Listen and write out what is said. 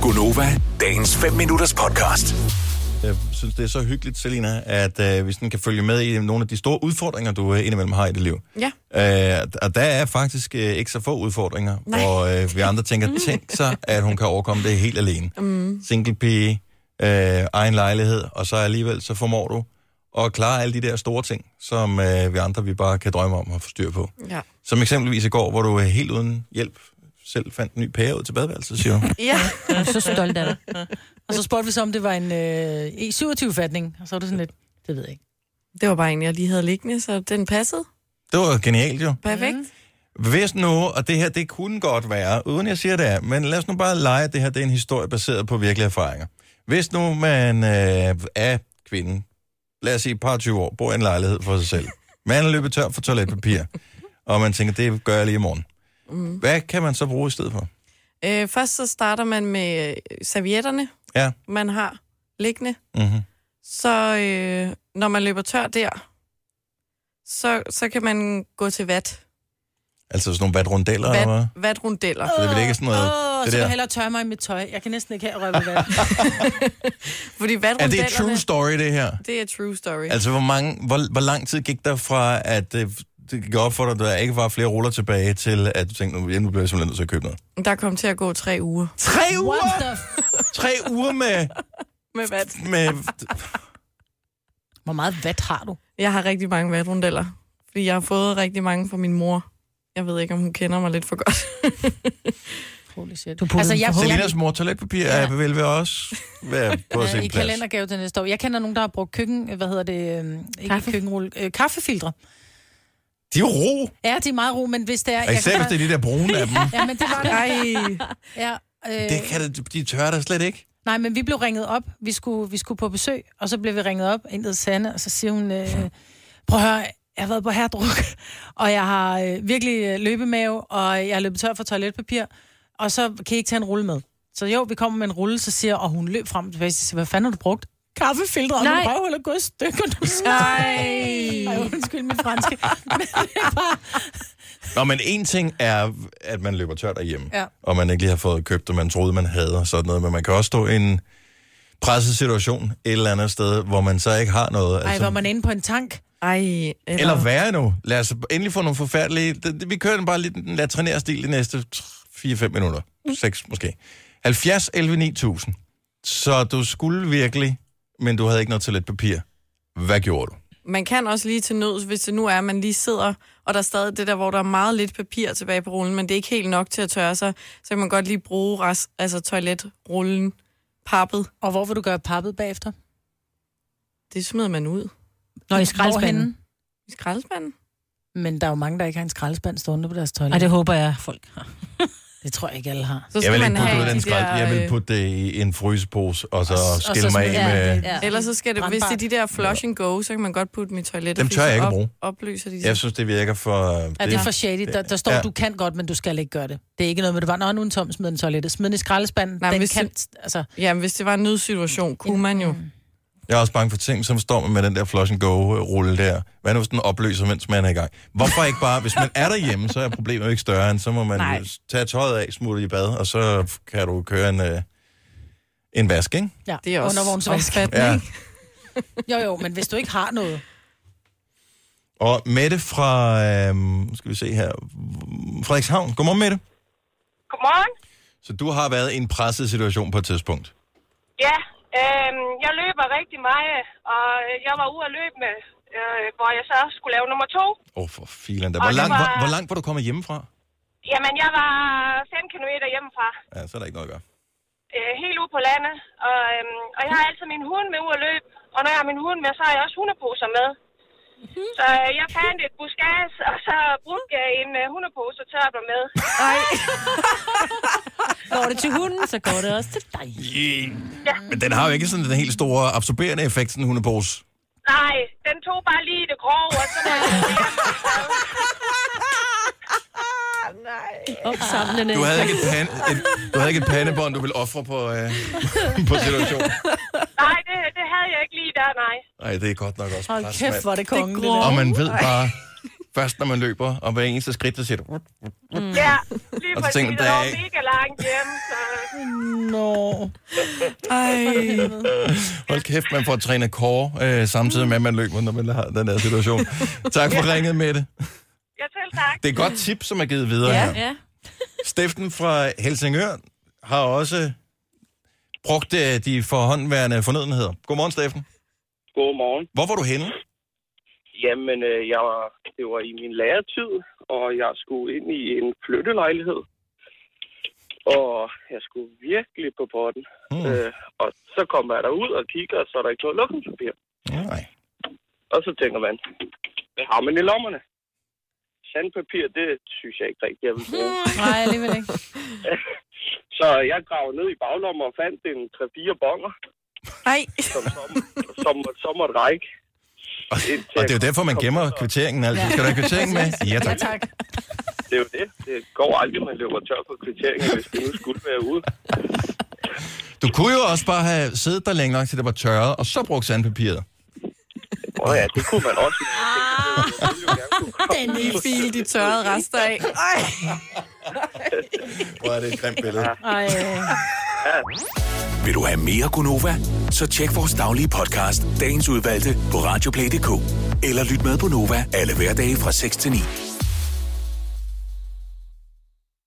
Gonova, dagens 5 minutters podcast. Jeg synes, det er så hyggeligt, Selina, at vi sådan kan følge med i nogle af de store udfordringer, du indimellem har i dit liv. Ja. Og der er faktisk ikke så få udfordringer, hvor vi andre tænker, tænk så, at hun kan overkomme det helt alene. Single pige, egen lejlighed, og så alligevel så formår du at klare alle de der store ting, som vi bare kan drømme om at få styr på. Ja. Som eksempelvis i går, hvor du helt uden hjælp selv fandt en ny pære ud til badeværelset, siger du. Ja. Jeg er så stolt af det. Og så spurgte vi så, om det var en E27-fatning. Og så var det sådan lidt, det ved jeg ikke. Det var bare en, jeg lige havde liggende, så den passede. Det var genialt jo. Perfekt. Hvis nu, og det her, det kunne godt være, uden jeg siger det er, men lad os nu bare lege, at det her det er en historie baseret på virkelige erfaringer. Hvis nu man er kvinde, lad os sige et par 20 år, bor i en lejlighed for sig selv, man er løbet tør for toiletpapir, og man tænker, det gør jeg lige i morgen. Hvad kan man så bruge i stedet for? Først så starter man med servietterne, man har liggende. Mm-hmm. Så når man løber tør der, så kan man gå til vat. Altså sådan nogle vatrundeller, eller hvad? Vatrundeller. Så det vil ikke sådan noget... Så det vil der. jeg hellere tørre mig i mit tøj. Jeg kan næsten ikke have røvet vand. Fordi Er vatrundellerne... det true story, det her? Det er true story. Altså, hvor lang tid gik der fra, at det gik op for dig, at der ikke var flere ruller tilbage, til at du tænkte, nu bliver jeg simpelthen nødt til at købe noget? Der kom til at gå 3 uger. 3 uger? 3 uger med... Med vat. Hvor meget vat har du? Jeg har rigtig mange vatrundeller, fordi jeg har fået rigtig mange fra min mor. Jeg ved ikke, om hun kender mig lidt for godt. Holy shit. Selinas mor toiletpapir vil vi også være på sin i plads. kalendergave til næste år. Jeg kender nogen, der har brugt kafferulle, De er jo ro. Ja, de er meget ro, men hvis det er... Især hvis det er de der brune af dem. Ja, men det var det. Ja, Det kan de tørre der slet ikke. Nej, men vi blev ringet op. Vi skulle på besøg, og så blev vi ringet op ind til Sanne, og så siger hun, prøv at høre, jeg har været på herdruk, og jeg har virkelig løbemave, og jeg har løbet tør for toiletpapir, og så kan I ikke tage en rulle med. Så jo, vi kommer med en rulle, så siger, og hun løb frem og tilbage, så siger, hvad fanden har du brugt? Kaffefiltre, og min røvhul er gået i stykker. Nej, undskyld mit franske. Men det er bare... Nå, men en ting er, at man løber tør derhjemme, ja. Og man ikke lige har fået købt det, man troede, man havde, og sådan noget, men man kan også stå i en presset situation et eller andet sted, hvor man så ikke har noget. Ej, hvor man er inde på en tank. Eller værre nu. Lad os endelig få nogle forfærdelige... Vi kører den bare lidt en latrinerstil de næste 4-5 minutter. 6 måske. 70 11 9000. Så du skulle virkelig, men du havde ikke noget toiletpapir. Hvad gjorde du? Man kan også lige til nøds, hvis det nu er, at man lige sidder, og der er stadig det der, hvor der er meget lidt papir tilbage på rullen, men det er ikke helt nok til at tørre sig, så kan man godt lige bruge toiletrullen pappet. Og hvor vil du gøre pappet bagefter? Det smider man ud. I skraldespanden? I skraldespanden? Men der er jo mange, der ikke har en skraldespand stående på deres toilet. Og det håber jeg, folk har. Det tror jeg ikke, alle har. Så skal Jeg vil putte det i en frysepose, og så skille mig af med... Ja. Ellers så skal det, hvis det er de der flush and go, så kan man godt putte dem i toilettet. Dem tør jeg ikke bruge. Opløser de. Jeg synes, det virker for... Ja, det er for shady. Der står, du kan godt, men du skal ikke gøre det. Det er ikke noget med, det var, nu en tom, smid den toilettet. Smid den i skraldespanden. Nej, men hvis det var en nødsituation, kunne man jo... Jeg er også bange for ting, som står med den der flush and go-rulle der. Hvad nu, hvis den opløser, mens man er i gang? Hvorfor ikke bare, hvis man er derhjemme, så er problemet jo ikke større end, så må man tage tøjet af, smutte i bad, og så kan du køre en vask, ikke? Ja, det er også undervognsvask. Ja. Jo, men hvis du ikke har noget. Og Mette fra, skal vi se her, Frederikshavn. Godmorgen, Mette. Godmorgen. Så du har været i en presset situation på et tidspunkt? Ja. Jeg løber rigtig meget, og jeg var ude at løbe med, hvor jeg så skulle lave nummer 2. For filen da. Hvor langt var du kommet hjemmefra? Jamen, jeg var 5 kilometer hjemmefra. Ja, så er der ikke noget at gøre. Helt ude på landet, og jeg har altid min hund med ude at løbe, og når jeg har min hund med, så har jeg også hundeposer med. Så jeg fandt et buskads, og så brugte jeg en hundepose og tørte mig med. Går det til hunden, så går det også til dig. Ja. Men den har jo ikke sådan den helt store absorberende effekt, sådan en hundepose. Nej, den tog bare lige det grove, og så var jeg Opsamlende. Du havde ikke et pandebånd, du ville ofre på situationen. Nej, det havde jeg ikke lige der, nej. Nej, det er godt nok også. Hold kæft, hvor er det kongen. Og man ved bare, først når man løber, og hver eneste skridt, så siger du... Ja, lige og så præcis, tænker, det var mega langt hjem, så... Nå. Hold kæft, man får trænet core, samtidig med, at man løber, når man har den her situation. Tak for ringet med det. Ja, selv tak. Det er et godt tip, som er givet videre her. Ja. Steffen fra Helsingør har også brugt de forhåndværende fornødenheder. Godmorgen, Steffen. Godmorgen. Hvor var du henne? Jamen, det var i min læretid, og jeg skulle ind i en flyttelejlighed. Og jeg skulle virkelig på potten. Og så kommer jeg derud og kigger, og så er der ikke noget lukkingspapir. Nej. Og så tænker man, hvad har man i lommerne? Sandpapir, det synes jeg ikke rigtig, jeg vil bruge. Nej, alligevel ikke. Så jeg gravede ned i baglommen og fandt en 3-4 bonger, Nej. som måtte række. Og det er jo derfor, man gemmer kvitteringen altid. Skal du have kvitteringen med? Ja, tak. Ja, tak. Det er jo det. Det går aldrig, man løber tør på kvitteringer, hvis det nu skulle være ude. Du kunne jo også bare have siddet der længe nok, til det var tørret, og så brugt sandpapiret. Ja, det kunne man også. Den lige fil, de tørrede rester af. Hvor er det et grimt billede. Ej. Vil du have mere Gunova? Så tjek vores daglige podcast, dagens udvalgte, på radioplay.dk. Eller lyt med på Nova alle hverdage fra 6 til 9.